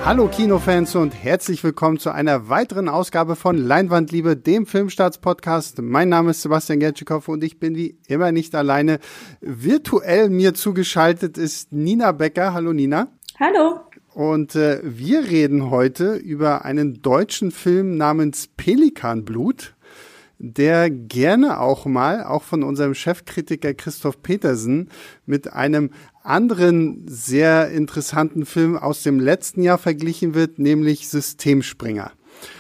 Hallo Kinofans und herzlich willkommen zu einer weiteren Ausgabe von Leinwandliebe, dem Filmstarts-Podcast. Mein Name ist Sebastian Gertschikow und ich bin wie immer nicht alleine. Virtuell mir zugeschaltet ist Nina Becker. Hallo Nina. Hallo. Und wir reden heute über einen deutschen Film namens Pelikanblut, der gerne auch mal, auch von unserem Chefkritiker Christoph Petersen, mit einem anderen sehr interessanten Film aus dem letzten Jahr verglichen wird, nämlich Systemspringer.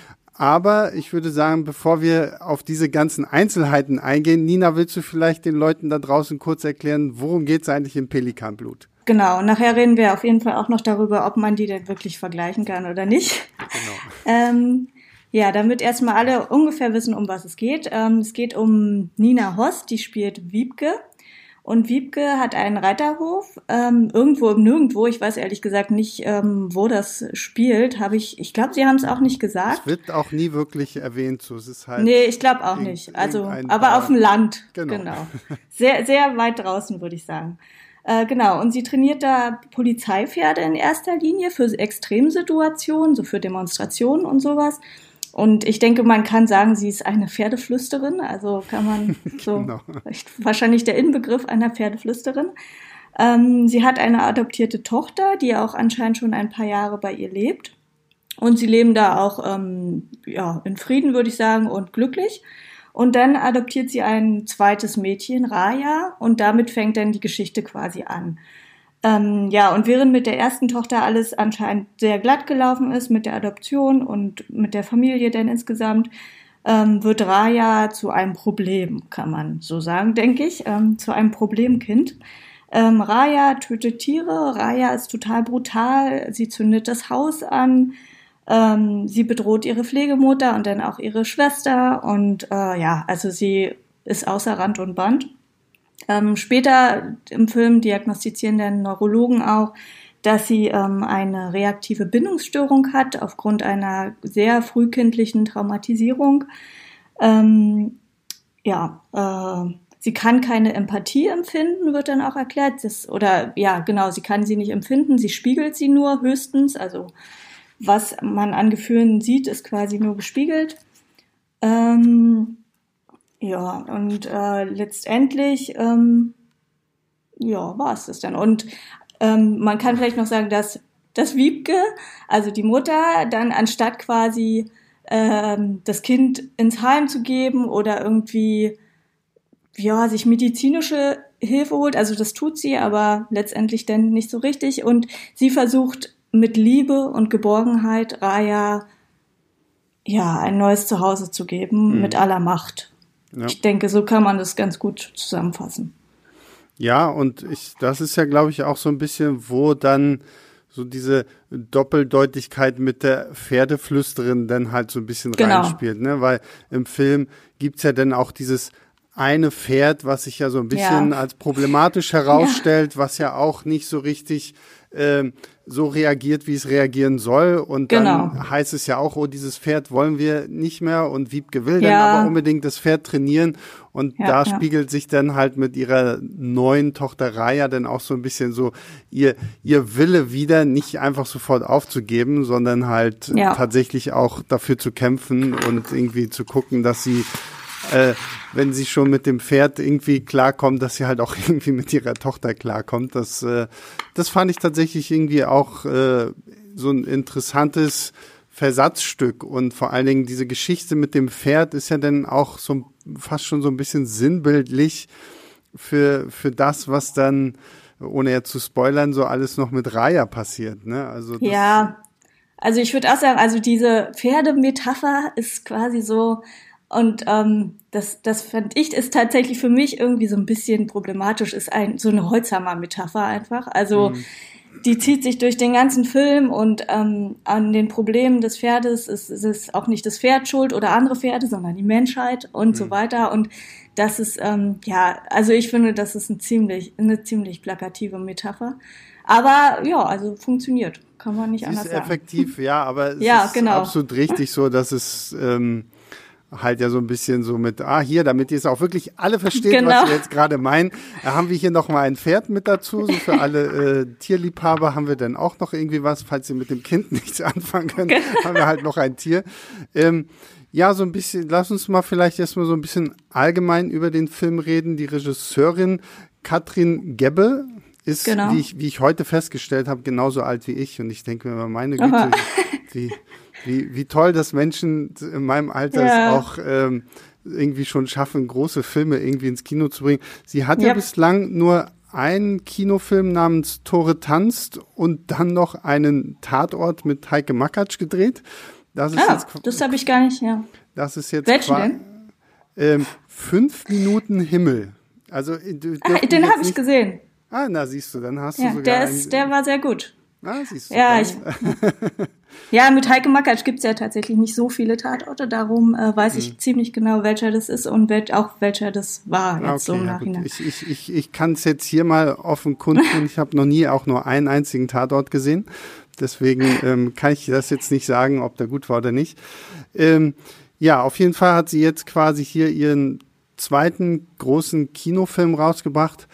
Aber ich würde sagen, bevor wir auf diese ganzen Einzelheiten eingehen, Nina, willst du vielleicht den Leuten da draußen kurz erklären, worum geht es eigentlich im Pelikanblut? Genau, nachher reden wir auf jeden Fall auch noch darüber, ob man die denn wirklich vergleichen kann oder nicht. Genau. Ja, damit erstmal alle ungefähr wissen, um was es geht. Es geht um Nina Hoss, die spielt Wiebke. Und Wiebke hat einen Reiterhof, irgendwo im Nirgendwo. Ich weiß ehrlich gesagt nicht, wo das spielt. Ich glaube, sie haben es auch nicht gesagt. Es wird auch nie wirklich erwähnt. So, es ist halt nee, ich glaube auch nicht. Also, aber auf dem Land. Genau. Sehr, sehr weit draußen, würde ich sagen. Genau, und sie trainiert da Polizeipferde in erster Linie für Extremsituationen, so für Demonstrationen und sowas. Und ich denke, man kann sagen, sie ist eine Pferdeflüsterin, also kann man so genau. Wahrscheinlich der Inbegriff einer Pferdeflüsterin. Sie hat eine adoptierte Tochter, die auch anscheinend schon ein paar Jahre bei ihr lebt. Und sie leben da auch in Frieden, würde ich sagen, und glücklich. Und dann adoptiert sie ein zweites Mädchen, Raya, und damit fängt dann die Geschichte quasi an. Und während mit der ersten Tochter alles anscheinend sehr glatt gelaufen ist, mit der Adoption und mit der Familie denn insgesamt, wird Raya zu einem Problem, kann man so sagen, denke ich, zu einem Problemkind. Raya tötet Tiere, Raya ist total brutal, sie zündet das Haus an, sie bedroht ihre Pflegemutter und dann auch ihre Schwester und also sie ist außer Rand und Band. Später im Film diagnostizieren dann Neurologen auch, dass sie eine reaktive Bindungsstörung hat aufgrund einer sehr frühkindlichen Traumatisierung. Sie kann keine Empathie empfinden, wird dann auch erklärt. Sie kann sie nicht empfinden, sie spiegelt sie nur höchstens, also was man an Gefühlen sieht, ist quasi nur gespiegelt. Letztendlich, war es das dann. Und man kann vielleicht noch sagen, dass Wiebke, also die Mutter, dann anstatt quasi das Kind ins Heim zu geben oder irgendwie sich medizinische Hilfe holt, also das tut sie, aber letztendlich dann nicht so richtig. Und sie versucht mit Liebe und Geborgenheit Raya ein neues Zuhause zu geben, mit aller Macht. Ja. Ich denke, so kann man das ganz gut zusammenfassen. Ja, und das ist ja, glaube ich, auch so ein bisschen, wo dann so diese Doppeldeutigkeit mit der Pferdeflüsterin dann halt so ein bisschen reinspielt, ne? Weil im Film gibt's ja dann auch dieses eine Pferd, was sich ja so ein bisschen als problematisch herausstellt, was ja auch nicht so richtig so reagiert, wie es reagieren soll. Und dann heißt es ja auch, dieses Pferd wollen wir nicht mehr und Wiebke will dann aber unbedingt das Pferd trainieren. Und da spiegelt sich dann halt mit ihrer neuen Tochter Raya dann auch so ein bisschen so ihr Wille wieder, nicht einfach sofort aufzugeben, sondern halt tatsächlich auch dafür zu kämpfen und irgendwie zu gucken, dass sie wenn sie schon mit dem Pferd irgendwie klarkommt, dass sie halt auch irgendwie mit ihrer Tochter klarkommt. Das fand ich tatsächlich irgendwie auch so ein interessantes Versatzstück. Und vor allen Dingen diese Geschichte mit dem Pferd ist ja dann auch so fast schon so ein bisschen sinnbildlich für das, was dann, ohne jetzt zu spoilern, so alles noch mit Raya passiert, ne? Also also ich würde auch sagen, also diese Pferdemetapher ist quasi so. Und das fand ich, ist tatsächlich für mich irgendwie so ein bisschen problematisch, ist so eine Holzhammer-Metapher einfach. Also die zieht sich durch den ganzen Film und an den Problemen des Pferdes ist auch nicht das Pferd schuld oder andere Pferde, sondern die Menschheit und so weiter. Und das ist, also ich finde, das ist eine ziemlich plakative Metapher. Aber also funktioniert, kann man nicht anders sagen. Ist effektiv, aber es ist absolut richtig so, dass es halt ja so ein bisschen so mit, hier, damit ihr es auch wirklich alle versteht, was wir jetzt gerade meinen, haben wir hier noch mal ein Pferd mit dazu, so für alle Tierliebhaber haben wir dann auch noch irgendwie was, falls ihr mit dem Kind nichts anfangen könnt, haben wir halt noch ein Tier. Ja, so ein bisschen, lass uns mal vielleicht erstmal so ein bisschen allgemein über den Film reden. Die Regisseurin Katrin Gebbe ist, wie ich heute festgestellt habe, genauso alt wie ich. Und ich denke mir, meine Güte, wie toll, dass Menschen in meinem Alter es auch irgendwie schon schaffen, große Filme irgendwie ins Kino zu bringen. Sie hat ja bislang nur einen Kinofilm namens Tore tanzt und dann noch einen Tatort mit Heike Makatsch gedreht. Das ist das habe ich gar nicht, Das ist jetzt welchen denn? 5 Minuten Himmel. Also den habe ich gesehen. Na siehst du, dann hast du sogar der war sehr gut. Siehst du. Ja, mit Heike Makatsch gibt's ja tatsächlich nicht so viele Tatorte, darum weiß ich ziemlich genau, welcher das ist und auch welcher das war jetzt so im Nachhinein. Ich kann es jetzt hier mal offen kundtun, ich habe noch nie auch nur einen einzigen Tatort gesehen, deswegen kann ich das jetzt nicht sagen, ob der gut war oder nicht. Ja, auf jeden Fall hat sie jetzt quasi hier ihren zweiten großen Kinofilm rausgebracht.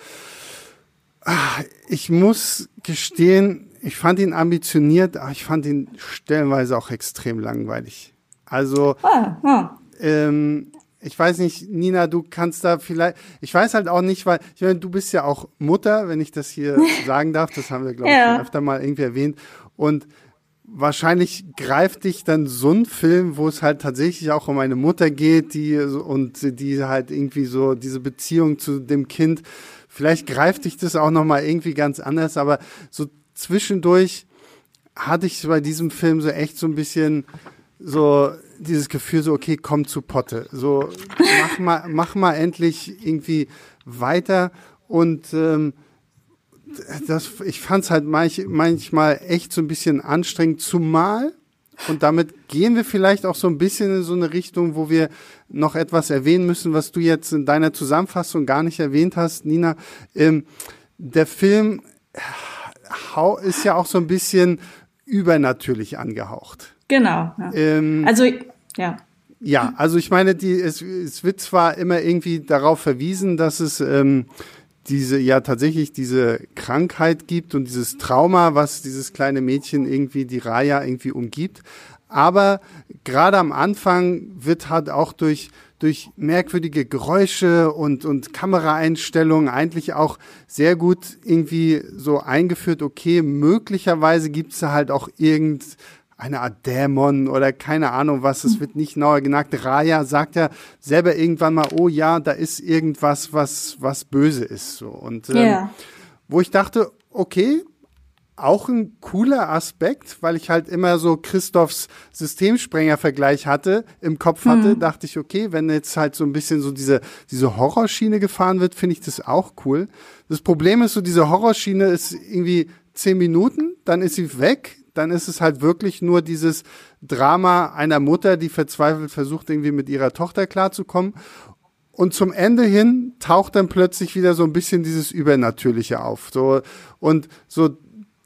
Ich muss gestehen, ich fand ihn ambitioniert, aber ich fand ihn stellenweise auch extrem langweilig. Also, ich weiß nicht, Nina, du kannst da vielleicht, ich weiß halt auch nicht, weil, ich meine, du bist ja auch Mutter, wenn ich das hier sagen darf, das haben wir, glaube ich, schon öfter mal irgendwie erwähnt. Und wahrscheinlich greift dich dann so ein Film, wo es halt tatsächlich auch um eine Mutter geht, die halt irgendwie so diese Beziehung zu dem Kind, vielleicht greift dich das auch nochmal irgendwie ganz anders, aber so zwischendurch hatte ich bei diesem Film so echt so ein bisschen so dieses Gefühl so, okay, komm zu Potte. So, mach mal endlich irgendwie weiter und ich fand's halt manchmal echt so ein bisschen anstrengend, zumal, und damit gehen wir vielleicht auch so ein bisschen in so eine Richtung, wo wir noch etwas erwähnen müssen, was du jetzt in deiner Zusammenfassung gar nicht erwähnt hast, Nina. Der Film ist ja auch so ein bisschen übernatürlich angehaucht. Genau. Ja. Ja, also ich meine, es wird zwar immer irgendwie darauf verwiesen, dass es tatsächlich diese Krankheit gibt und dieses Trauma, was dieses kleine Mädchen irgendwie, die Raya irgendwie umgibt. Aber gerade am Anfang wird halt auch durch merkwürdige Geräusche und Kameraeinstellungen eigentlich auch sehr gut irgendwie so eingeführt, okay, möglicherweise gibt's da halt auch eine Art Dämon oder keine Ahnung was, es wird nicht genauer genannt. Raya sagt ja selber irgendwann mal, oh ja, da ist irgendwas, was böse ist. So. Und wo ich dachte, okay, auch ein cooler Aspekt, weil ich halt immer so Christophs Systemsprenger-Vergleich im Kopf hatte, dachte ich, okay, wenn jetzt halt so ein bisschen so diese Horrorschiene gefahren wird, finde ich das auch cool. Das Problem ist so, diese Horrorschiene ist irgendwie 10 Minuten, dann ist sie weg, dann ist es halt wirklich nur dieses Drama einer Mutter, die verzweifelt versucht, irgendwie mit ihrer Tochter klarzukommen. Und zum Ende hin taucht dann plötzlich wieder so ein bisschen dieses Übernatürliche auf. So, und so,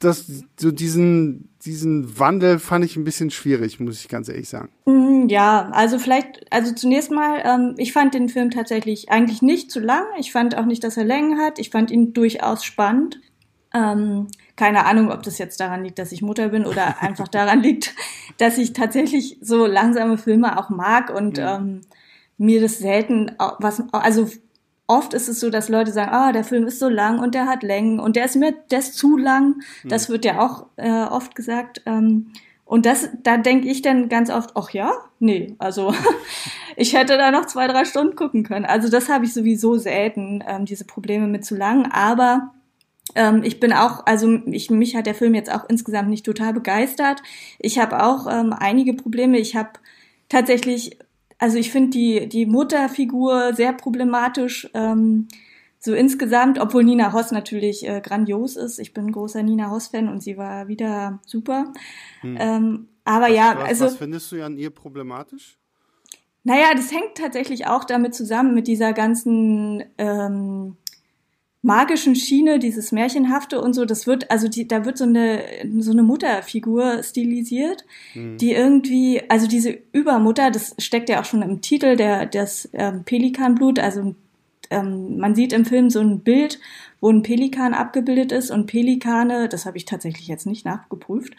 diesen Wandel fand ich ein bisschen schwierig, muss ich ganz ehrlich sagen. Ja, also zunächst mal, ich fand den Film tatsächlich eigentlich nicht zu lang. Ich fand auch nicht, dass er Längen hat. Ich fand ihn durchaus spannend. Keine Ahnung, ob das jetzt daran liegt, dass ich Mutter bin oder einfach daran liegt, dass ich tatsächlich so langsame Filme auch mag und mir das selten oft ist es so, dass Leute sagen, der Film ist so lang und der hat Längen und der ist zu lang. Das wird ja auch oft gesagt. Und da denke ich dann ganz oft, ach ja, nee, also ich hätte da noch 2-3 Stunden gucken können. Also das habe ich sowieso selten, diese Probleme mit zu lang, aber ich bin auch, mich hat der Film jetzt auch insgesamt nicht total begeistert. Ich habe auch einige Probleme. Ich habe tatsächlich, ich finde die Mutterfigur sehr problematisch, so insgesamt, obwohl Nina Hoss natürlich grandios ist. Ich bin ein großer Nina Hoss-Fan und sie war wieder super. Was findest du an ihr problematisch? Naja, das hängt tatsächlich auch damit zusammen, mit dieser ganzen magischen Schiene, dieses Märchenhafte und so, das wird, also da wird so eine Mutterfigur stilisiert, die irgendwie, also diese Übermutter, das steckt ja auch schon im Titel, das Pelikanblut, also man sieht im Film so ein Bild, wo ein Pelikan abgebildet ist und Pelikane, das habe ich tatsächlich jetzt nicht nachgeprüft,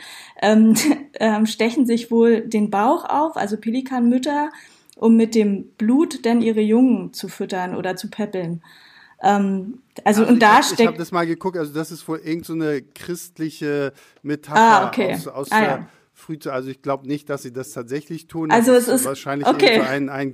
stechen sich wohl den Bauch auf, also Pelikanmütter, um mit dem Blut dann ihre Jungen zu füttern oder zu päppeln. Also und da steckt. Ich habe das mal geguckt, also das ist wohl irgend so eine christliche Metapher aus der Frühzeit. Also ich glaube nicht, dass sie das tatsächlich tun. Also es ist wahrscheinlich ein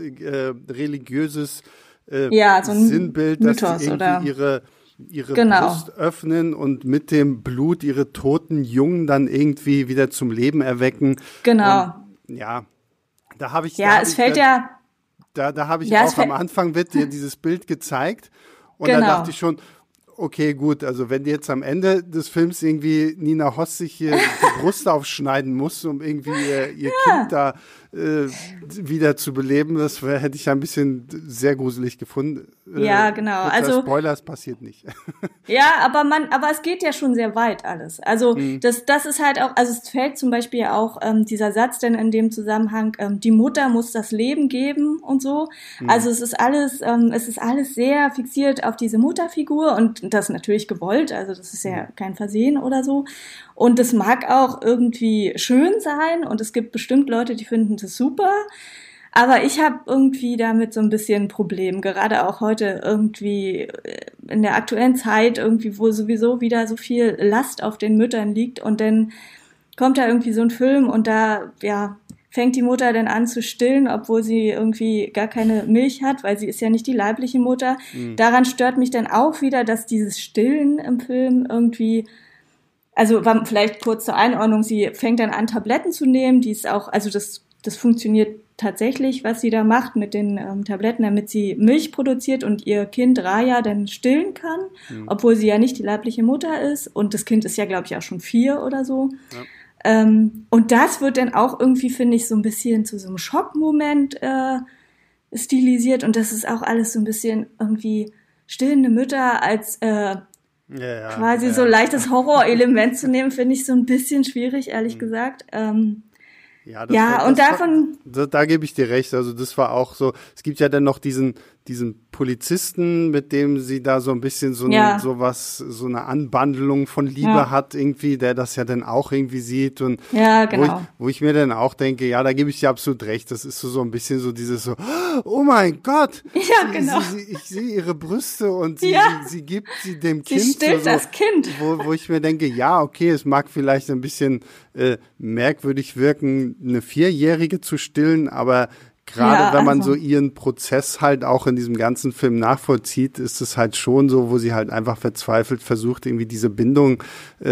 religiöses so ein Sinnbild, Mythos, dass sie irgendwie ihre Brust öffnen und mit dem Blut ihre toten Jungen dann irgendwie wieder zum Leben erwecken. Genau. Und, ja, da habe ich. Ja, es fällt ja. Da habe ich auch am Anfang wird dir dieses Bild gezeigt und da dachte ich schon, okay, gut, also wenn jetzt am Ende des Films irgendwie Nina Hoss sich hier die Brust aufschneiden muss, um irgendwie ihr Kind da wieder zu beleben, das hätte ich ein bisschen sehr gruselig gefunden. Ja, genau. Also Spoiler, es passiert nicht. Ja, aber es geht ja schon sehr weit alles. Also das ist halt auch, also es fällt zum Beispiel auch dieser Satz denn in dem Zusammenhang, die Mutter muss das Leben geben und so. Also es ist alles sehr fixiert auf diese Mutterfigur und das natürlich gewollt. Also das ist ja kein Versehen oder so. Und es mag auch irgendwie schön sein und es gibt bestimmt Leute, die finden das super. Aber ich habe irgendwie damit so ein bisschen ein Problem, gerade auch heute irgendwie in der aktuellen Zeit irgendwie, wo sowieso wieder so viel Last auf den Müttern liegt und dann kommt da irgendwie so ein Film und da, fängt die Mutter dann an zu stillen, obwohl sie irgendwie gar keine Milch hat, weil sie ist ja nicht die leibliche Mutter. Daran stört mich dann auch wieder, dass dieses Stillen im Film irgendwie, also vielleicht kurz zur Einordnung, sie fängt dann an, Tabletten zu nehmen, die ist auch, also das funktioniert tatsächlich, was sie da macht mit den Tabletten, damit sie Milch produziert und ihr Kind Raya dann stillen kann, obwohl sie ja nicht die leibliche Mutter ist und das Kind ist ja, glaube ich, auch schon 4 oder so. Ja. Und das wird dann auch irgendwie, finde ich, so ein bisschen zu so einem Schockmoment stilisiert und das ist auch alles so ein bisschen irgendwie stillende Mütter als quasi so leichtes Horrorelement zu nehmen, finde ich so ein bisschen schwierig, ehrlich gesagt. Da gebe ich dir recht. Also das war auch so. Es gibt ja dann noch diesen Polizisten, mit dem sie da so ein bisschen so eine Anbandelung von Liebe hat irgendwie, der das ja dann auch irgendwie sieht und wo ich mir dann auch denke, ja, da gebe ich dir absolut recht. Das ist so ein bisschen so dieses so, oh mein Gott, ich sehe ihre Brüste und sie gibt sie dem Kind. Sie stillt das Kind. Wo ich mir denke, ja, okay, es mag vielleicht ein bisschen merkwürdig wirken, eine 4-Jährige zu stillen, aber gerade wenn man so ihren Prozess halt auch in diesem ganzen Film nachvollzieht, ist es halt schon so, wo sie halt einfach verzweifelt versucht, irgendwie diese Bindung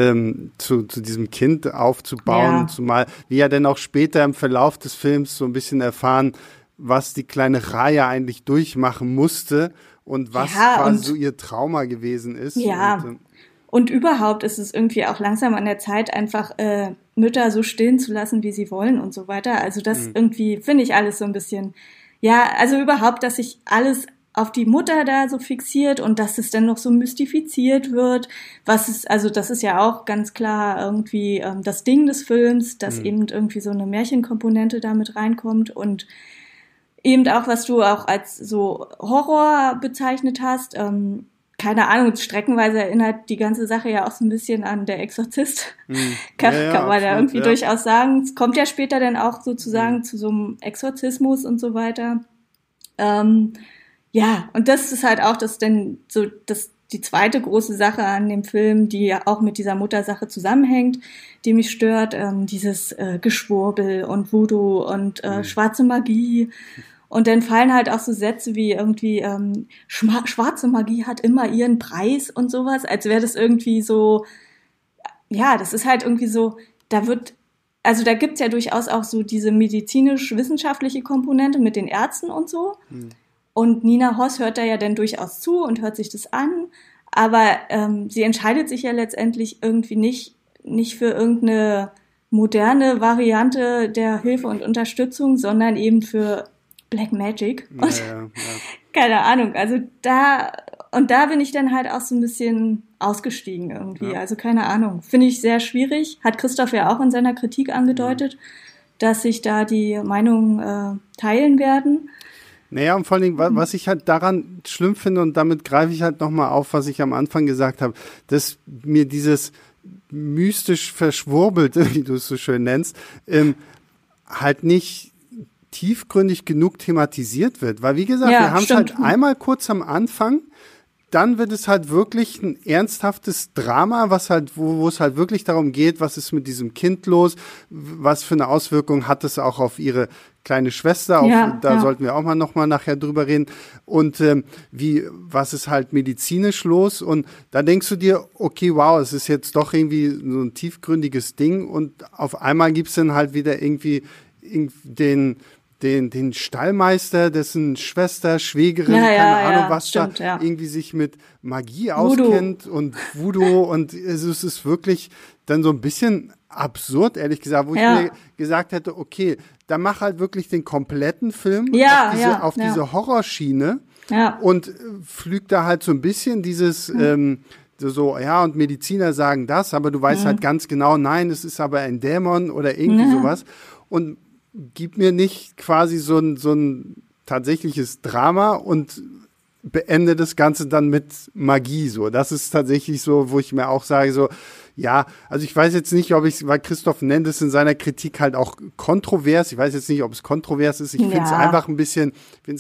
zu diesem Kind aufzubauen. Zumal wir ja dann auch später im Verlauf des Films so ein bisschen erfahren, was die kleine Raya eigentlich durchmachen musste und was quasi so ihr Trauma gewesen ist. Ja. Und überhaupt ist es irgendwie auch langsam an der Zeit, einfach Mütter so stillen zu lassen, wie sie wollen und so weiter. Also das irgendwie finde ich alles so ein bisschen, also überhaupt, dass sich alles auf die Mutter da so fixiert und dass es dann noch so mystifiziert wird. Das ist ja auch ganz klar irgendwie das Ding des Films, dass eben irgendwie so eine Märchenkomponente da mit reinkommt und eben auch, was du auch als so Horror bezeichnet hast, keine Ahnung, streckenweise erinnert die ganze Sache ja auch so ein bisschen an Der Exorzist. Kann man ja irgendwie durchaus sagen. Es kommt ja später dann auch sozusagen zu so einem Exorzismus und so weiter. Und das ist halt auch die zweite große Sache an dem Film, die ja auch mit dieser Muttersache zusammenhängt, die mich stört, dieses Geschwurbel und Voodoo und schwarze Magie. Und dann fallen halt auch so Sätze wie irgendwie schwarze Magie hat immer ihren Preis und sowas, als wäre das irgendwie so, das ist halt irgendwie so, da gibt's ja durchaus auch so diese medizinisch-wissenschaftliche Komponente mit den Ärzten und so. Und Nina Hoss hört da ja dann durchaus zu und hört sich das an, aber sie entscheidet sich ja letztendlich irgendwie nicht für irgendeine moderne Variante der Hilfe und Unterstützung, sondern eben für Black Magic. Und keine Ahnung, also da Und da bin ich dann halt auch so ein bisschen ausgestiegen irgendwie. Ja. Also keine Ahnung. Finde ich sehr schwierig. Hat Christoph ja auch in seiner Kritik angedeutet, dass sich da die Meinungen teilen werden. Naja, und vor allen Dingen, was ich halt daran schlimm finde, und damit greife ich halt nochmal auf, was ich am Anfang gesagt habe, dass mir dieses mystisch Verschwurbelte, wie du es so schön nennst, halt nicht tiefgründig genug thematisiert wird. Weil, wie gesagt, wir haben es halt einmal kurz am Anfang, dann wird es halt wirklich ein ernsthaftes Drama, was halt, wo es halt wirklich darum geht, was ist mit diesem Kind los, was für eine Auswirkung hat es auch auf ihre kleine Schwester, da sollten wir auch noch mal nachher drüber reden, und was ist halt medizinisch los, und da denkst du dir, okay, wow, es ist jetzt doch irgendwie so ein tiefgründiges Ding, und auf einmal gibt's dann halt wieder irgendwie den Stallmeister, dessen Schwester, Schwägerin, keine Ahnung was, stimmt, da irgendwie sich mit Magie auskennt und Voodoo, und es ist wirklich dann so ein bisschen absurd, ehrlich gesagt, wo ich mir gesagt hätte, okay, dann mach halt wirklich den kompletten Film auf diese Horrorschiene und flügt da halt so ein bisschen dieses und Mediziner sagen das, aber du weißt halt ganz genau, nein, es ist aber ein Dämon oder irgendwie sowas, und gib mir nicht quasi so ein tatsächliches Drama und beende das Ganze dann mit Magie, so. Das ist tatsächlich so, wo ich mir auch sage, so, ja, also ich weiß jetzt nicht, weil Christoph nennt es in seiner Kritik halt auch kontrovers. Ich weiß jetzt nicht, ob es kontrovers ist. Ich finde es einfach ein bisschen,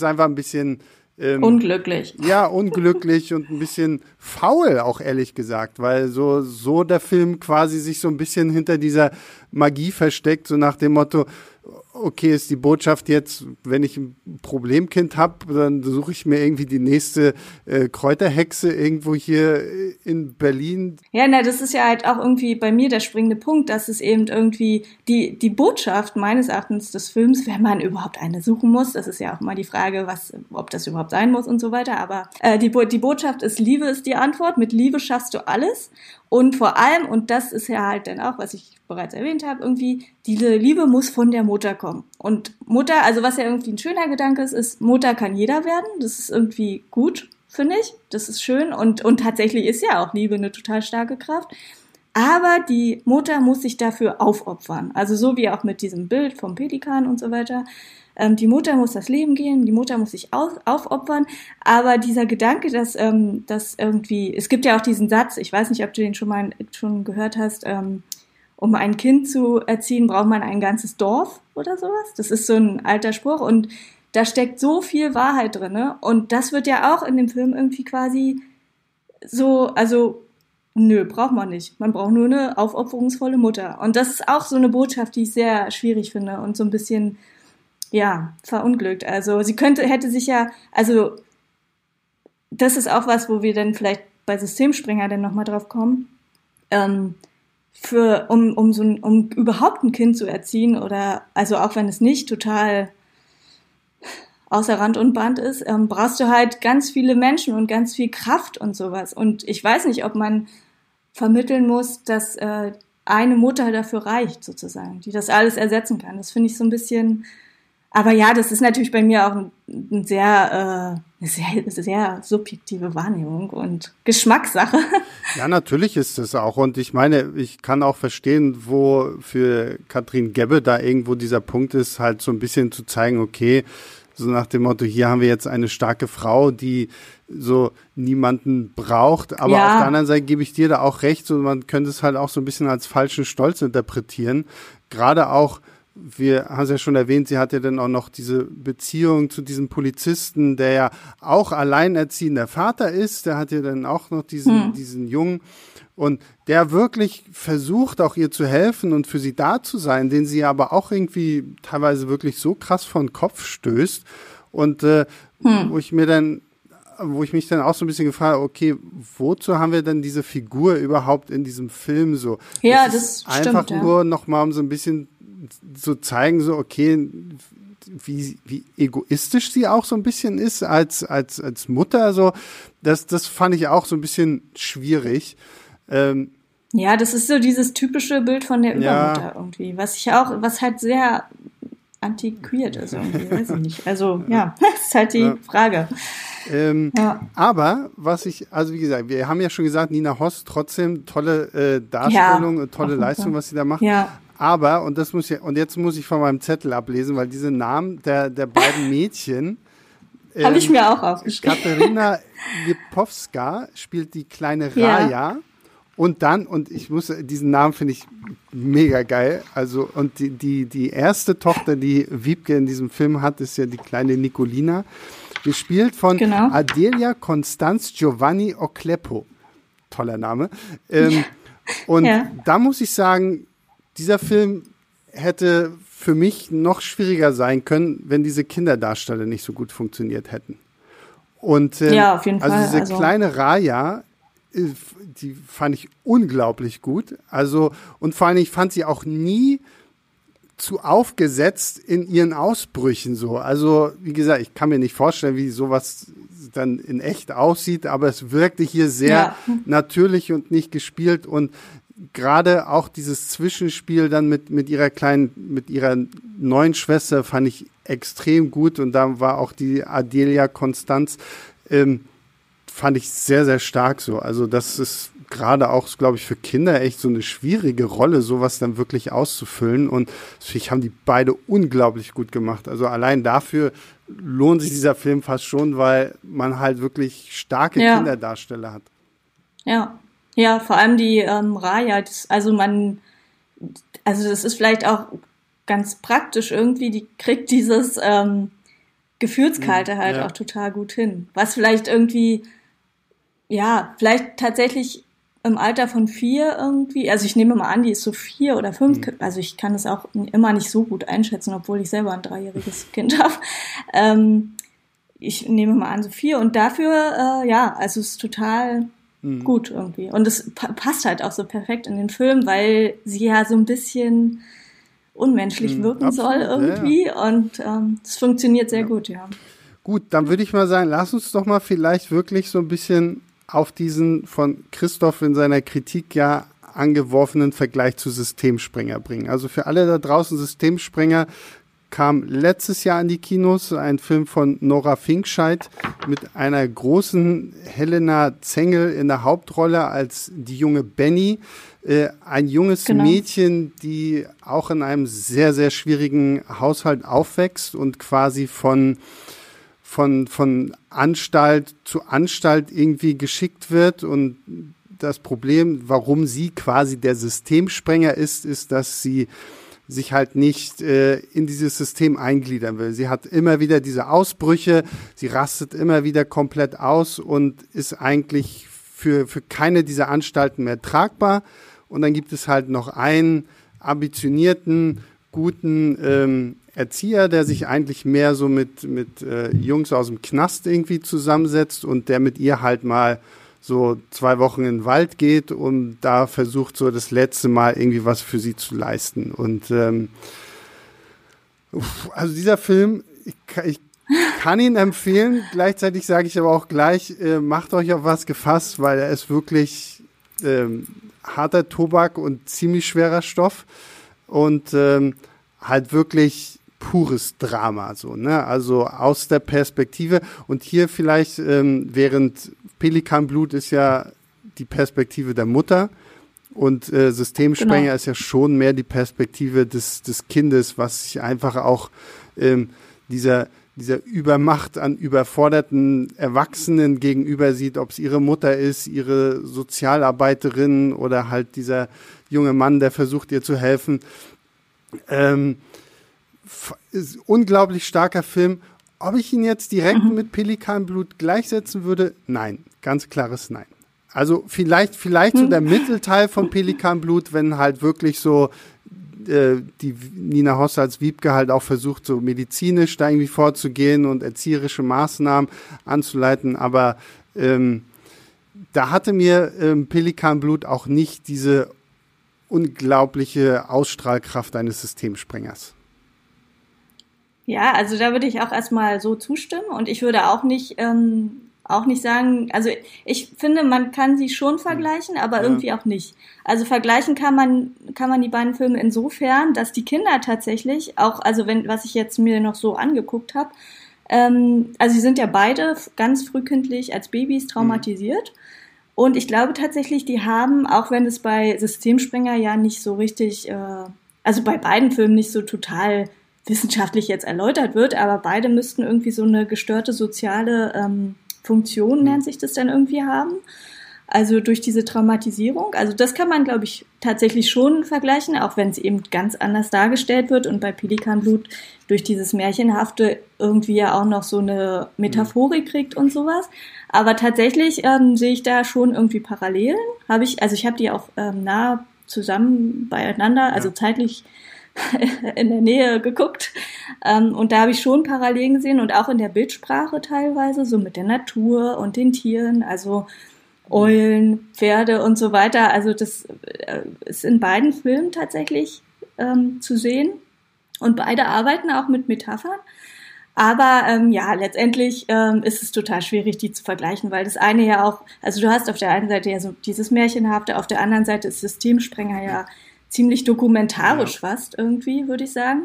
unglücklich. Ja, unglücklich und ein bisschen faul, auch ehrlich gesagt, weil so der Film quasi sich so ein bisschen hinter dieser Magie versteckt, so nach dem Motto, okay, ist die Botschaft jetzt, wenn ich ein Problemkind habe, dann suche ich mir irgendwie die nächste Kräuterhexe irgendwo hier in Berlin. Ja, das ist ja halt auch irgendwie bei mir der springende Punkt, dass es eben irgendwie die Botschaft meines Erachtens des Films, wenn man überhaupt eine suchen muss, das ist ja auch mal die Frage, ob das überhaupt sein muss und so weiter, aber die Botschaft ist, Liebe ist die Antwort, mit Liebe schaffst du alles. Und vor allem, und das ist ja halt dann auch, was ich bereits erwähnt habe, irgendwie, diese Liebe muss von der Mutter kommen. Und Mutter, also was ja irgendwie ein schöner Gedanke ist, Mutter kann jeder werden. Das ist irgendwie gut, finde ich. Das ist schön. Und tatsächlich ist ja auch Liebe eine total starke Kraft. Aber die Mutter muss sich dafür aufopfern. Also so wie auch mit diesem Bild vom Pelikan und so weiter. Die Mutter muss das Leben gehen, die Mutter muss sich aufopfern, aber dieser Gedanke, dass irgendwie, es gibt ja auch diesen Satz, ich weiß nicht, ob du den schon gehört hast, um ein Kind zu erziehen, braucht man ein ganzes Dorf oder sowas. Das ist so ein alter Spruch, und da steckt so viel Wahrheit drin, ne? Und das wird ja auch in dem Film irgendwie quasi so, also nö, braucht man nicht. Man braucht nur eine aufopferungsvolle Mutter. Und das ist auch so eine Botschaft, die ich sehr schwierig finde und so ein bisschen verunglückt. Also hätte sich ja, also das ist auch was, wo wir dann vielleicht bei Systemspringer dann nochmal drauf kommen, um überhaupt ein Kind zu erziehen, oder also auch wenn es nicht total außer Rand und Band ist, brauchst du halt ganz viele Menschen und ganz viel Kraft und sowas. Und ich weiß nicht, ob man vermitteln muss, dass eine Mutter dafür reicht, sozusagen, die das alles ersetzen kann. Das finde ich so ein bisschen. Aber ja, das ist natürlich bei mir auch eine sehr subjektive Wahrnehmung und Geschmackssache. Ja, natürlich ist es auch. Und ich meine, ich kann auch verstehen, wo für Katrin Gebbe da irgendwo dieser Punkt ist, halt so ein bisschen zu zeigen, okay, so nach dem Motto, hier haben wir jetzt eine starke Frau, die so niemanden braucht. Aber auf der anderen Seite gebe ich dir da auch recht, so man könnte es halt auch so ein bisschen als falschen Stolz interpretieren. Gerade auch, wir haben es ja schon erwähnt, sie hat ja dann auch noch diese Beziehung zu diesem Polizisten, der ja auch alleinerziehender Vater ist. Der hat ja dann auch noch diesen Jungen, und der wirklich versucht, auch ihr zu helfen und für sie da zu sein, den sie aber auch irgendwie teilweise wirklich so krass von Kopf stößt. Und wo ich mich dann auch so ein bisschen gefragt habe, okay, wozu haben wir denn diese Figur überhaupt in diesem Film so? Ja, das stimmt. Einfach nur nochmal, um so ein bisschen so zeigen, so okay, wie egoistisch sie auch so ein bisschen ist als Mutter, so das fand ich auch so ein bisschen schwierig. Ja, das ist so dieses typische Bild von der Übermutter irgendwie, was halt sehr antiquiert ist irgendwie, weiß ich nicht. Also das ist halt die Frage. Aber also wie gesagt, wir haben ja schon gesagt, Nina Hoss, trotzdem tolle Darstellung, tolle Leistung, was sie da macht. Ja. Aber, und jetzt muss ich von meinem Zettel ablesen, weil diese Namen der beiden Mädchen habe ich mir auch aufgeschrieben. Katerina Lipowska spielt die kleine Raja. Und diesen Namen finde ich mega geil. Also, und die erste Tochter, die Wiebke in diesem Film hat, ist ja die kleine Nicolina. Gespielt von Adelia Constanz Giovanni Oklepo. Toller Name. Da muss ich sagen, dieser Film hätte für mich noch schwieriger sein können, wenn diese Kinderdarsteller nicht so gut funktioniert hätten. Und auf jeden Fall. Also diese kleine Raja, die fand ich unglaublich gut. Also, und vor allem, ich fand sie auch nie zu aufgesetzt in ihren Ausbrüchen so. Also, wie gesagt, ich kann mir nicht vorstellen, wie sowas dann in echt aussieht, aber es wirkte hier sehr natürlich und nicht gespielt. Und gerade auch dieses Zwischenspiel dann mit ihrer neuen Schwester fand ich extrem gut. Und da war auch die Adelia Constanz, fand ich sehr, sehr stark so. Also das ist gerade auch, glaube ich, für Kinder echt so eine schwierige Rolle, sowas dann wirklich auszufüllen. Und ich haben die beide unglaublich gut gemacht. Also allein dafür lohnt sich dieser Film fast schon, weil man halt wirklich starke Kinderdarsteller hat. Ja, vor allem die Raja, das ist vielleicht auch ganz praktisch irgendwie, die kriegt dieses Gefühlskalte halt auch total gut hin. Was vielleicht irgendwie, vielleicht tatsächlich im Alter von 4 irgendwie, also ich nehme mal an, die ist so 4 oder 5, also ich kann es auch immer nicht so gut einschätzen, obwohl ich selber ein 3-jähriges Kind habe. Ich nehme mal an, so 4 und dafür, also es ist total gut irgendwie. Und es passt halt auch so perfekt in den Film, weil sie ja so ein bisschen unmenschlich wirken soll irgendwie und es funktioniert sehr gut, Gut, dann würde ich mal sagen, lass uns doch mal vielleicht wirklich so ein bisschen auf diesen von Christoph in seiner Kritik angeworfenen Vergleich zu Systemspringer bringen. Also für alle da draußen, Systemspringer kam letztes Jahr in die Kinos, ein Film von Nora Finkscheid mit einer großen Helena Zengel in der Hauptrolle als die junge Benny. Ein junges Mädchen, die auch in einem sehr, sehr schwierigen Haushalt aufwächst und quasi von Anstalt zu Anstalt irgendwie geschickt wird. Und das Problem, warum sie quasi der Systemsprenger ist, dass sie sich halt nicht in dieses System eingliedern will. Sie hat immer wieder diese Ausbrüche, sie rastet immer wieder komplett aus und ist eigentlich für keine dieser Anstalten mehr tragbar. Und dann gibt es halt noch einen ambitionierten, guten Erzieher, der sich eigentlich mehr so mit Jungs aus dem Knast irgendwie zusammensetzt und der mit ihr halt mal so 2 Wochen in den Wald geht und da versucht so das letzte Mal irgendwie was für sie zu leisten. Und also dieser Film, ich kann ihn empfehlen, gleichzeitig sage ich aber auch gleich, macht euch auf was gefasst, weil er ist wirklich harter Tobak und ziemlich schwerer Stoff und halt wirklich pures Drama, so, ne? Also aus der Perspektive und hier vielleicht, während Pelikanblut ist ja die Perspektive der Mutter und Systemsprenger ist ja schon mehr die Perspektive des Kindes, was sich einfach auch dieser Übermacht an überforderten Erwachsenen gegenüber sieht, ob es ihre Mutter ist, ihre Sozialarbeiterin oder halt dieser junge Mann, der versucht ihr zu helfen. Ist unglaublich starker Film. Ob ich ihn jetzt direkt mit Pelikanblut gleichsetzen würde? Nein, ganz klares Nein. Also vielleicht so der Mittelteil von Pelikanblut, wenn halt wirklich so die Nina Hoss als Wiebke halt auch versucht, so medizinisch da irgendwie vorzugehen und erzieherische Maßnahmen anzuleiten. Aber da hatte mir Pelikanblut auch nicht diese unglaubliche Ausstrahlkraft eines Systemsprengers. Ja, also da würde ich auch erstmal so zustimmen und ich würde auch nicht sagen, also ich finde, man kann sie schon vergleichen, aber irgendwie auch nicht. Also vergleichen kann man die beiden Filme insofern, dass die Kinder tatsächlich auch, also was ich jetzt mir noch so angeguckt habe, Also sie sind ja beide ganz frühkindlich als Babys traumatisiert. Und ich glaube tatsächlich, die haben, auch wenn es bei Systemsprenger ja nicht so richtig, also bei beiden Filmen nicht so total wissenschaftlich jetzt erläutert wird, aber beide müssten irgendwie so eine gestörte soziale Funktion, nennt sich das dann irgendwie haben. Also durch diese Traumatisierung. Also das kann man, glaube ich, tatsächlich schon vergleichen, auch wenn es eben ganz anders dargestellt wird und bei Pelikanblut durch dieses Märchenhafte irgendwie ja auch noch so eine Metaphorik kriegt und sowas. Aber tatsächlich sehe ich da schon irgendwie Parallelen. Ich habe die auch nah zusammen beieinander, also zeitlich in der Nähe geguckt. Und da habe ich schon Parallelen gesehen und auch in der Bildsprache teilweise, so mit der Natur und den Tieren, also Eulen, Pferde und so weiter. Also das ist in beiden Filmen tatsächlich zu sehen. Und beide arbeiten auch mit Metaphern. Aber letztendlich ist es total schwierig, die zu vergleichen, weil das eine ja auch, also du hast auf der einen Seite ja so dieses Märchenhafte, auf der anderen Seite ist Systemsprenger ja ziemlich dokumentarisch fast irgendwie, würde ich sagen.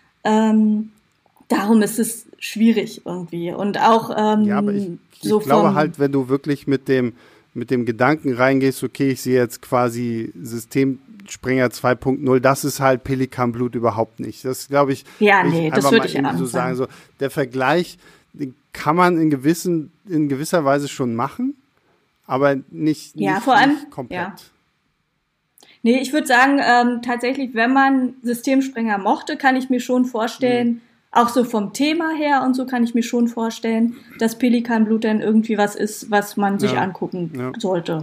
Darum ist es schwierig irgendwie. Und auch aber ich glaube halt, wenn du wirklich mit dem Gedanken reingehst, okay, ich sehe jetzt quasi Systemsprenger 2.0, das ist halt Pelikanblut überhaupt nicht. Das glaube ich, das würde ich ja so sagen. So, der Vergleich, den kann man in gewisser Weise schon machen, aber nicht vor allem, komplett. Ja. Nee, ich würde sagen, tatsächlich, wenn man Systemsprenger mochte, kann ich mir schon vorstellen, auch so vom Thema her und so kann ich mir schon vorstellen, dass Pelikanblut dann irgendwie was ist, was man sich angucken sollte.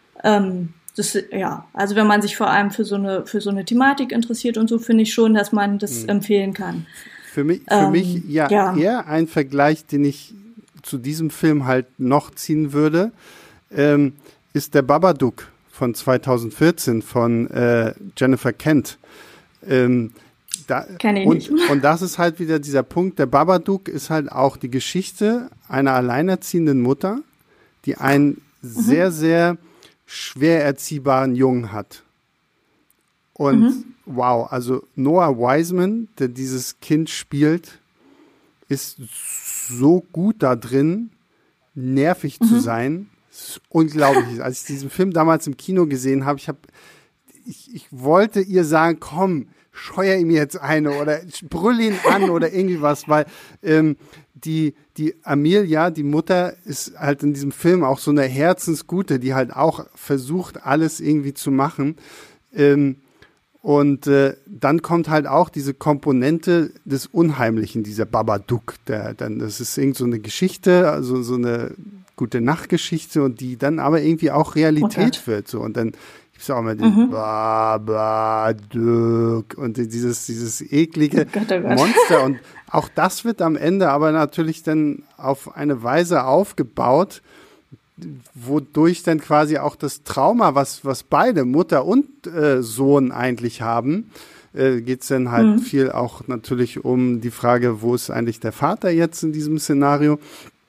Also wenn man sich vor allem für so eine Thematik interessiert und so, finde ich schon, dass man das empfehlen kann. Für mich eher ein Vergleich, den ich zu diesem Film halt noch ziehen würde, ist der Babadook von 2014 von Jennifer Kent. Kenn ich nicht. Und das ist halt wieder dieser Punkt, der Babadook ist halt auch die Geschichte einer alleinerziehenden Mutter, die einen sehr, sehr schwer erziehbaren Jungen hat. Und wow, also Noah Wiseman, der dieses Kind spielt, ist so gut da drin, nervig zu sein. Das ist unglaublich. Als ich diesen Film damals im Kino gesehen habe, ich wollte ihr sagen, komm, scheuer ihm jetzt eine oder brüll ihn an oder irgendwie was, weil die Amelia, die Mutter, ist halt in diesem Film auch so eine Herzensgute, die halt auch versucht, alles irgendwie zu machen. Und dann kommt halt auch diese Komponente des Unheimlichen, dieser Babadook. Das ist irgend so eine Geschichte, also so eine gute Nachtgeschichte und die dann aber irgendwie auch Realität wird. So. Und dann gibt es auch mal den Babadook und dieses eklige Monster. Und auch das wird am Ende aber natürlich dann auf eine Weise aufgebaut, wodurch dann quasi auch das Trauma, was beide, Mutter und Sohn eigentlich haben, geht es dann halt viel auch natürlich um die Frage, wo ist eigentlich der Vater jetzt in diesem Szenario?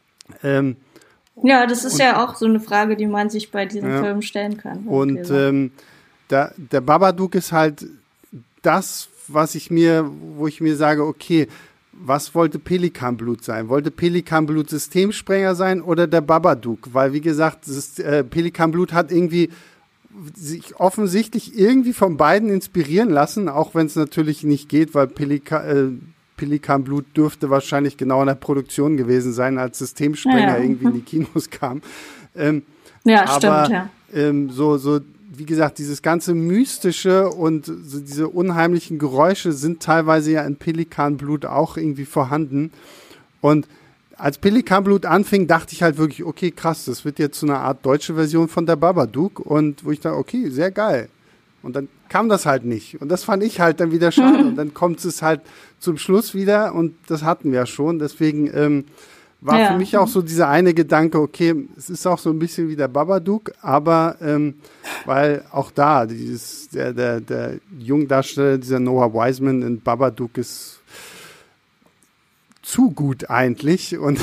Das ist ja auch so eine Frage, die man sich bei diesem Film stellen kann. Und der Babadook ist halt das, wo ich mir sage, okay, was wollte Pelikanblut sein? Wollte Pelikanblut Systemsprenger sein oder der Babadook? Weil, wie gesagt, Pelikanblut hat irgendwie sich offensichtlich irgendwie von beiden inspirieren lassen, auch wenn es natürlich nicht geht, weil Pelikanblut dürfte wahrscheinlich genau in der Produktion gewesen sein, als Systemsprenger irgendwie in die Kinos kam. So, wie gesagt, dieses ganze Mystische und so diese unheimlichen Geräusche sind teilweise ja in Pelikanblut auch irgendwie vorhanden. Und als Pelikanblut anfing, dachte ich halt wirklich, okay, krass, das wird jetzt so eine Art deutsche Version von der Babadook. Und wo ich dachte, okay, sehr geil. Und dann kam das halt nicht. Und das fand ich halt dann wieder schade. Und dann kommt es halt zum Schluss wieder und das hatten wir ja schon. Deswegen war für mich auch so dieser eine Gedanke, okay, es ist auch so ein bisschen wie der Babadook, aber weil auch da der Jungdarsteller, dieser Noah Wiseman in Babadook ist zu gut eigentlich und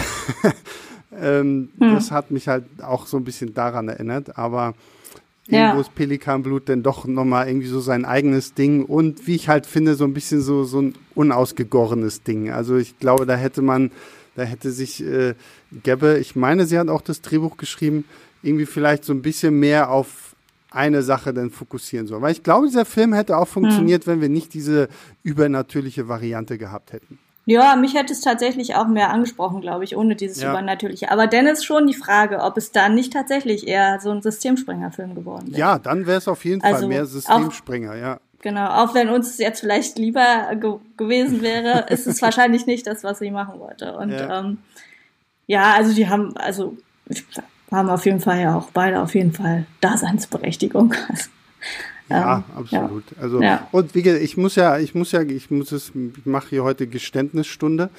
das hat mich halt auch so ein bisschen daran erinnert, aber irgendwo ist Pelikanblut dann doch nochmal irgendwie so sein eigenes Ding und wie ich halt finde, so ein bisschen so ein unausgegorenes Ding. Also ich glaube, da hätte man da hätte sich Gebbe, ich meine, sie hat auch das Drehbuch geschrieben, irgendwie vielleicht so ein bisschen mehr auf eine Sache dann fokussieren sollen. Weil ich glaube, dieser Film hätte auch funktioniert, wenn wir nicht diese übernatürliche Variante gehabt hätten. Ja, mich hätte es tatsächlich auch mehr angesprochen, glaube ich, ohne dieses Übernatürliche. Aber Dennis, schon die Frage, ob es dann nicht tatsächlich eher so ein Systemsprenger-Film geworden wäre. Ja, dann wäre es auf jeden Fall mehr Systemsprenger, ja. Genau, auch wenn uns es jetzt vielleicht lieber gewesen wäre, ist es wahrscheinlich nicht das, was sie machen wollte. Und also die haben auf jeden Fall ja auch beide auf jeden Fall Daseinsberechtigung. Ja, absolut. Also und wie gesagt, ich mache hier heute Geständnisstunde.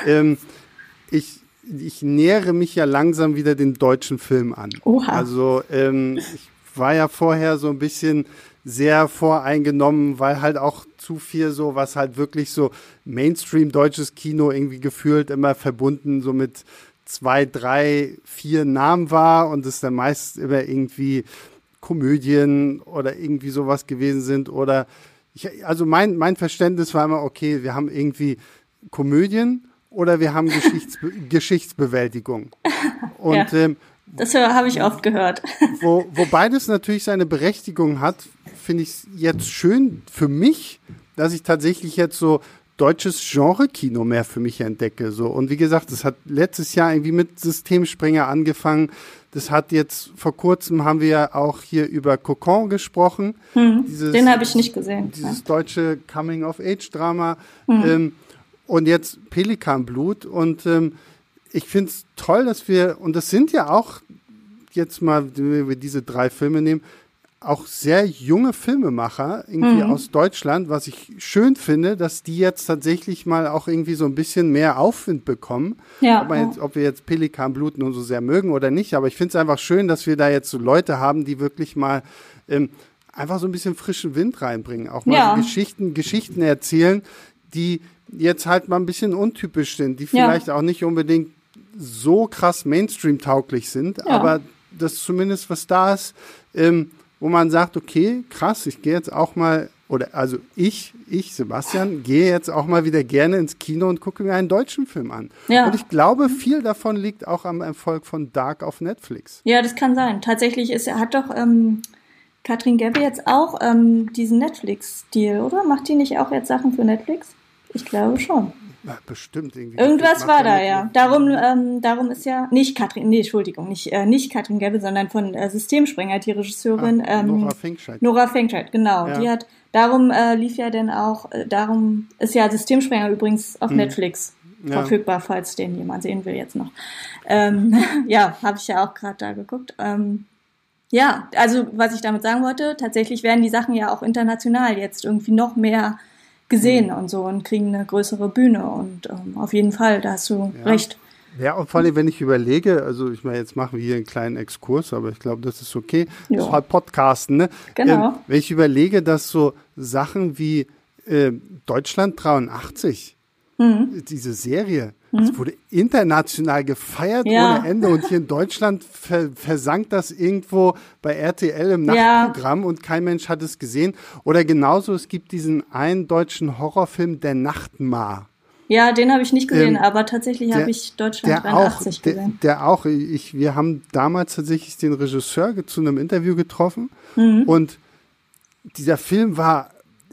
Ich nähere mich ja langsam wieder den deutschen Film an. Oha. Also ich war ja vorher so ein bisschen sehr voreingenommen, weil halt auch zu viel so, was halt wirklich so Mainstream deutsches Kino irgendwie gefühlt immer verbunden so mit 2, 3, 4 Namen war und es dann meist immer irgendwie Komödien oder irgendwie sowas gewesen sind oder also mein Verständnis war immer, okay, wir haben irgendwie Komödien oder wir haben Geschichtsbewältigung. Und das habe ich oft gehört. Wo beides natürlich seine Berechtigung hat, finde ich es jetzt schön für mich, dass ich tatsächlich jetzt so deutsches Genre-Kino mehr für mich entdecke. So. Und wie gesagt, das hat letztes Jahr irgendwie mit Systemsprenger angefangen. Das hat jetzt, vor kurzem haben wir ja auch hier über Cocon gesprochen. Den habe ich nicht gesehen. Dieses deutsche Coming-of-Age-Drama. Und jetzt Pelikanblut. Und ich finde es toll, dass wir, und das sind ja auch jetzt mal, wenn wir diese 3 Filme nehmen, auch sehr junge Filmemacher irgendwie aus Deutschland, was ich schön finde, dass die jetzt tatsächlich mal auch irgendwie so ein bisschen mehr Aufwind bekommen. Ja, ob wir jetzt Pelikanblut nun so sehr mögen oder nicht, aber ich finde es einfach schön, dass wir da jetzt so Leute haben, die wirklich mal einfach so ein bisschen frischen Wind reinbringen, auch mal so Geschichten erzählen, die jetzt halt mal ein bisschen untypisch sind, die vielleicht auch nicht unbedingt so krass Mainstream-tauglich sind, aber das zumindest was da ist, wo man sagt, okay, krass, ich gehe jetzt auch mal, ich, Sebastian, gehe jetzt auch mal wieder gerne ins Kino und gucke mir einen deutschen Film an. Ja. Und ich glaube, viel davon liegt auch am Erfolg von Dark auf Netflix. Ja, das kann sein. Tatsächlich hat doch Katrin Gebbe jetzt auch diesen Netflix-Deal, oder? Macht die nicht auch jetzt Sachen für Netflix? Ich glaube schon. Ja, bestimmt irgendwie. Irgendwas war da, ja. Darum ist ja nicht Katrin Gebbe, sondern von Systemsprenger, die Regisseurin Nora Fengscheid, genau. Ja. Darum lief ja dann auch, darum ist ja Systemsprenger übrigens auf Netflix verfügbar, falls den jemand sehen will jetzt noch. Habe ich ja auch gerade da geguckt. Also was ich damit sagen wollte, tatsächlich werden die Sachen ja auch international jetzt irgendwie noch mehr gesehen und so und kriegen eine größere Bühne und auf jeden Fall, da hast du recht. Ja, und vor allem, wenn ich überlege, also ich meine, jetzt machen wir hier einen kleinen Exkurs, aber ich glaube, das ist okay. Jo. Das ist halt Podcasten, ne? Genau. Wenn ich überlege, dass so Sachen wie Deutschland 83, diese Serie, es wurde international gefeiert ohne Ende und hier in Deutschland versank das irgendwo bei RTL im Nachtprogramm und kein Mensch hat es gesehen. Oder genauso, es gibt diesen einen deutschen Horrorfilm, Der Nachtmar. Ja, den habe ich nicht gesehen, aber tatsächlich habe ich Deutschland 83 gesehen. Wir haben damals tatsächlich den Regisseur zu einem Interview getroffen und dieser Film war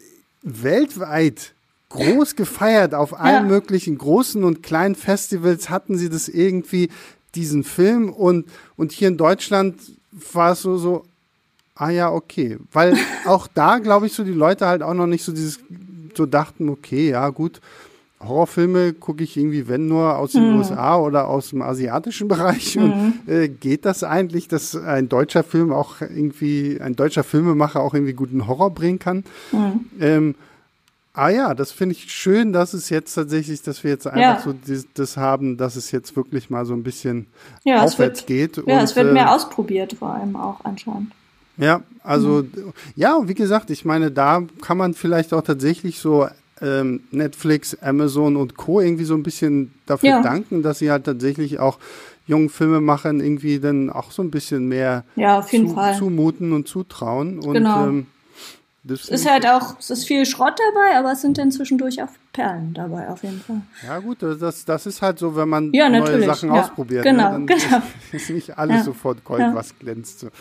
weltweit groß gefeiert. Auf allen möglichen großen und kleinen Festivals hatten sie das irgendwie, diesen Film. Und hier in Deutschland war es so, okay. Weil auch da, glaube ich, so die Leute halt auch noch nicht so dachten, okay, ja gut, Horrorfilme gucke ich irgendwie, wenn nur aus den USA oder aus dem asiatischen Bereich. Und geht das eigentlich, dass ein deutscher Filmemacher auch irgendwie guten Horror bringen kann? Das finde ich schön, dass es jetzt tatsächlich, dass wir jetzt einfach so das haben, dass es jetzt wirklich mal so ein bisschen aufwärts geht. Ja, es wird mehr ausprobiert, vor allem auch anscheinend. Ja, also, wie gesagt, ich meine, da kann man vielleicht auch tatsächlich so Netflix, Amazon und Co. irgendwie so ein bisschen dafür danken, dass sie halt tatsächlich auch jungen Filmemachern irgendwie dann auch so ein bisschen mehr zumuten und zutrauen. Und, genau. Es ist viel Schrott dabei, aber es sind dann zwischendurch auch Perlen dabei auf jeden Fall. Ja gut, das ist halt so, wenn man neue Sachen ausprobiert. Genau, ne? Dann genau. ist nicht alles sofort Gold, was glänzt. So.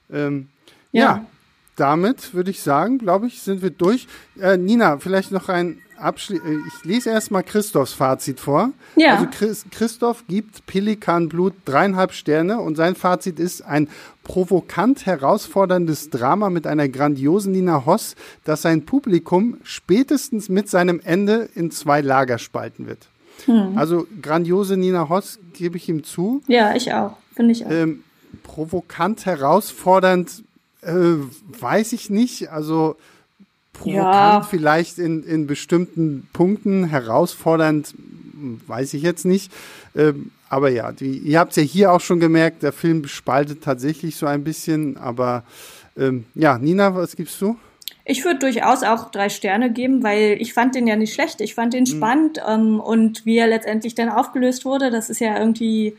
Damit würde ich sagen, glaube ich, sind wir durch. Nina, vielleicht noch ein Abschluss. Ich lese erstmal Christophs Fazit vor. Ja. Also Christoph gibt Pelikanblut 3,5 Sterne und sein Fazit ist ein provokant herausforderndes Drama mit einer grandiosen Nina Hoss, das sein Publikum spätestens mit seinem Ende in 2 Lager spalten wird. Also grandiose Nina Hoss gebe ich ihm zu. Ja, ich auch. Finde ich auch. Provokant herausfordernd weiß ich nicht, also provokant vielleicht in bestimmten Punkten, herausfordernd weiß ich jetzt nicht, aber ja, ihr habt es ja hier auch schon gemerkt, der Film spaltet tatsächlich so ein bisschen, aber Nina, was gibst du? Ich würde durchaus auch 3 Sterne geben, weil ich fand den ja nicht schlecht, ich fand den spannend und wie er letztendlich dann aufgelöst wurde, das ist ja irgendwie,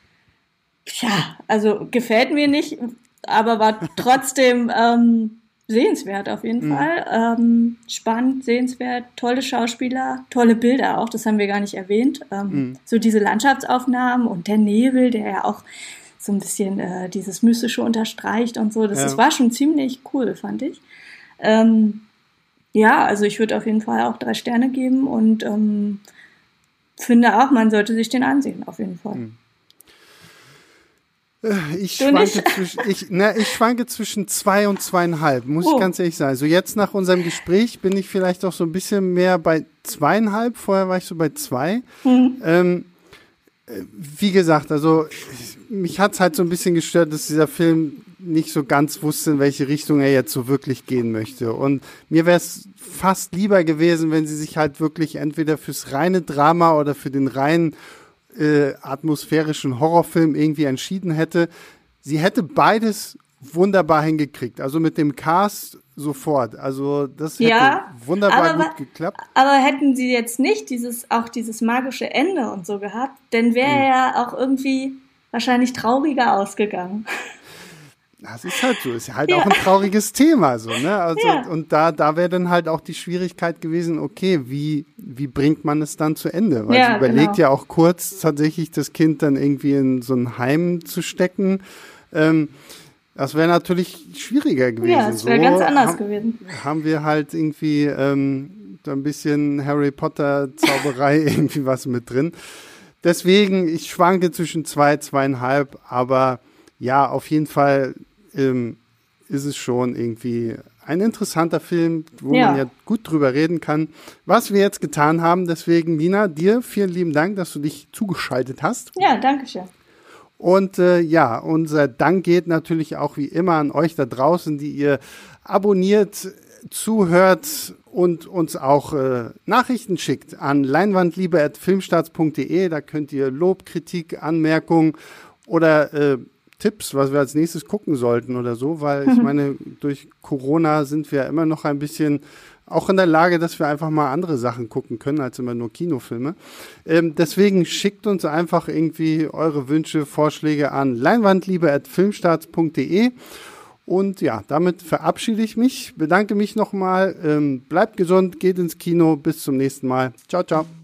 also gefällt mir nicht, aber war trotzdem sehenswert auf jeden Fall. Spannend, sehenswert, tolle Schauspieler, tolle Bilder auch, das haben wir gar nicht erwähnt. So diese Landschaftsaufnahmen und der Nebel, der ja auch so ein bisschen dieses Mystische unterstreicht und so. Das war schon ziemlich cool, fand ich. Also ich würde auf jeden Fall auch 3 Sterne geben und finde auch, man sollte sich den ansehen, auf jeden Fall. Ich schwanke zwischen 2 und 2,5, muss ich ganz ehrlich sagen. Also jetzt nach unserem Gespräch bin ich vielleicht auch so ein bisschen mehr bei 2,5. Vorher war ich so bei 2. Wie gesagt, also mich hat es halt so ein bisschen gestört, dass dieser Film nicht so ganz wusste, in welche Richtung er jetzt so wirklich gehen möchte. Und mir wäre es fast lieber gewesen, wenn sie sich halt wirklich entweder fürs reine Drama oder für den reinen atmosphärischen Horrorfilm irgendwie entschieden hätte. Sie hätte beides wunderbar hingekriegt. Also mit dem Cast sofort. Also das hätte wunderbar gut geklappt. Aber hätten sie jetzt nicht dieses magische Ende und so gehabt, dann wäre er ja auch irgendwie wahrscheinlich trauriger ausgegangen. Das ist halt so, ist halt auch ein trauriges Thema, so, ne? Also, und da wäre dann halt auch die Schwierigkeit gewesen, okay, wie bringt man es dann zu Ende? Weil sie überlegt ja auch kurz, tatsächlich das Kind dann irgendwie in so ein Heim zu stecken. Das wäre natürlich schwieriger gewesen. Ja, das wäre ganz anders gewesen. Haben wir halt irgendwie so ein bisschen Harry Potter Zauberei irgendwie was mit drin. Deswegen, ich schwanke zwischen 2, 2,5, aber ja, auf jeden Fall ist es schon irgendwie ein interessanter Film, wo man ja gut drüber reden kann, was wir jetzt getan haben. Deswegen, Nina, dir vielen lieben Dank, dass du dich zugeschaltet hast. Ja, danke schön. Und unser Dank geht natürlich auch wie immer an euch da draußen, die ihr abonniert, zuhört und uns auch Nachrichten schickt an leinwandliebe@filmstarts.de. Da könnt ihr Lob, Kritik, Anmerkungen oder Tipps, was wir als nächstes gucken sollten oder so, weil ich meine, durch Corona sind wir immer noch ein bisschen auch in der Lage, dass wir einfach mal andere Sachen gucken können, als immer nur Kinofilme. Deswegen schickt uns einfach irgendwie eure Wünsche, Vorschläge an leinwandliebe@filmstarts.de. Und ja, damit verabschiede ich mich, bedanke mich nochmal, bleibt gesund, geht ins Kino, bis zum nächsten Mal. Ciao, ciao.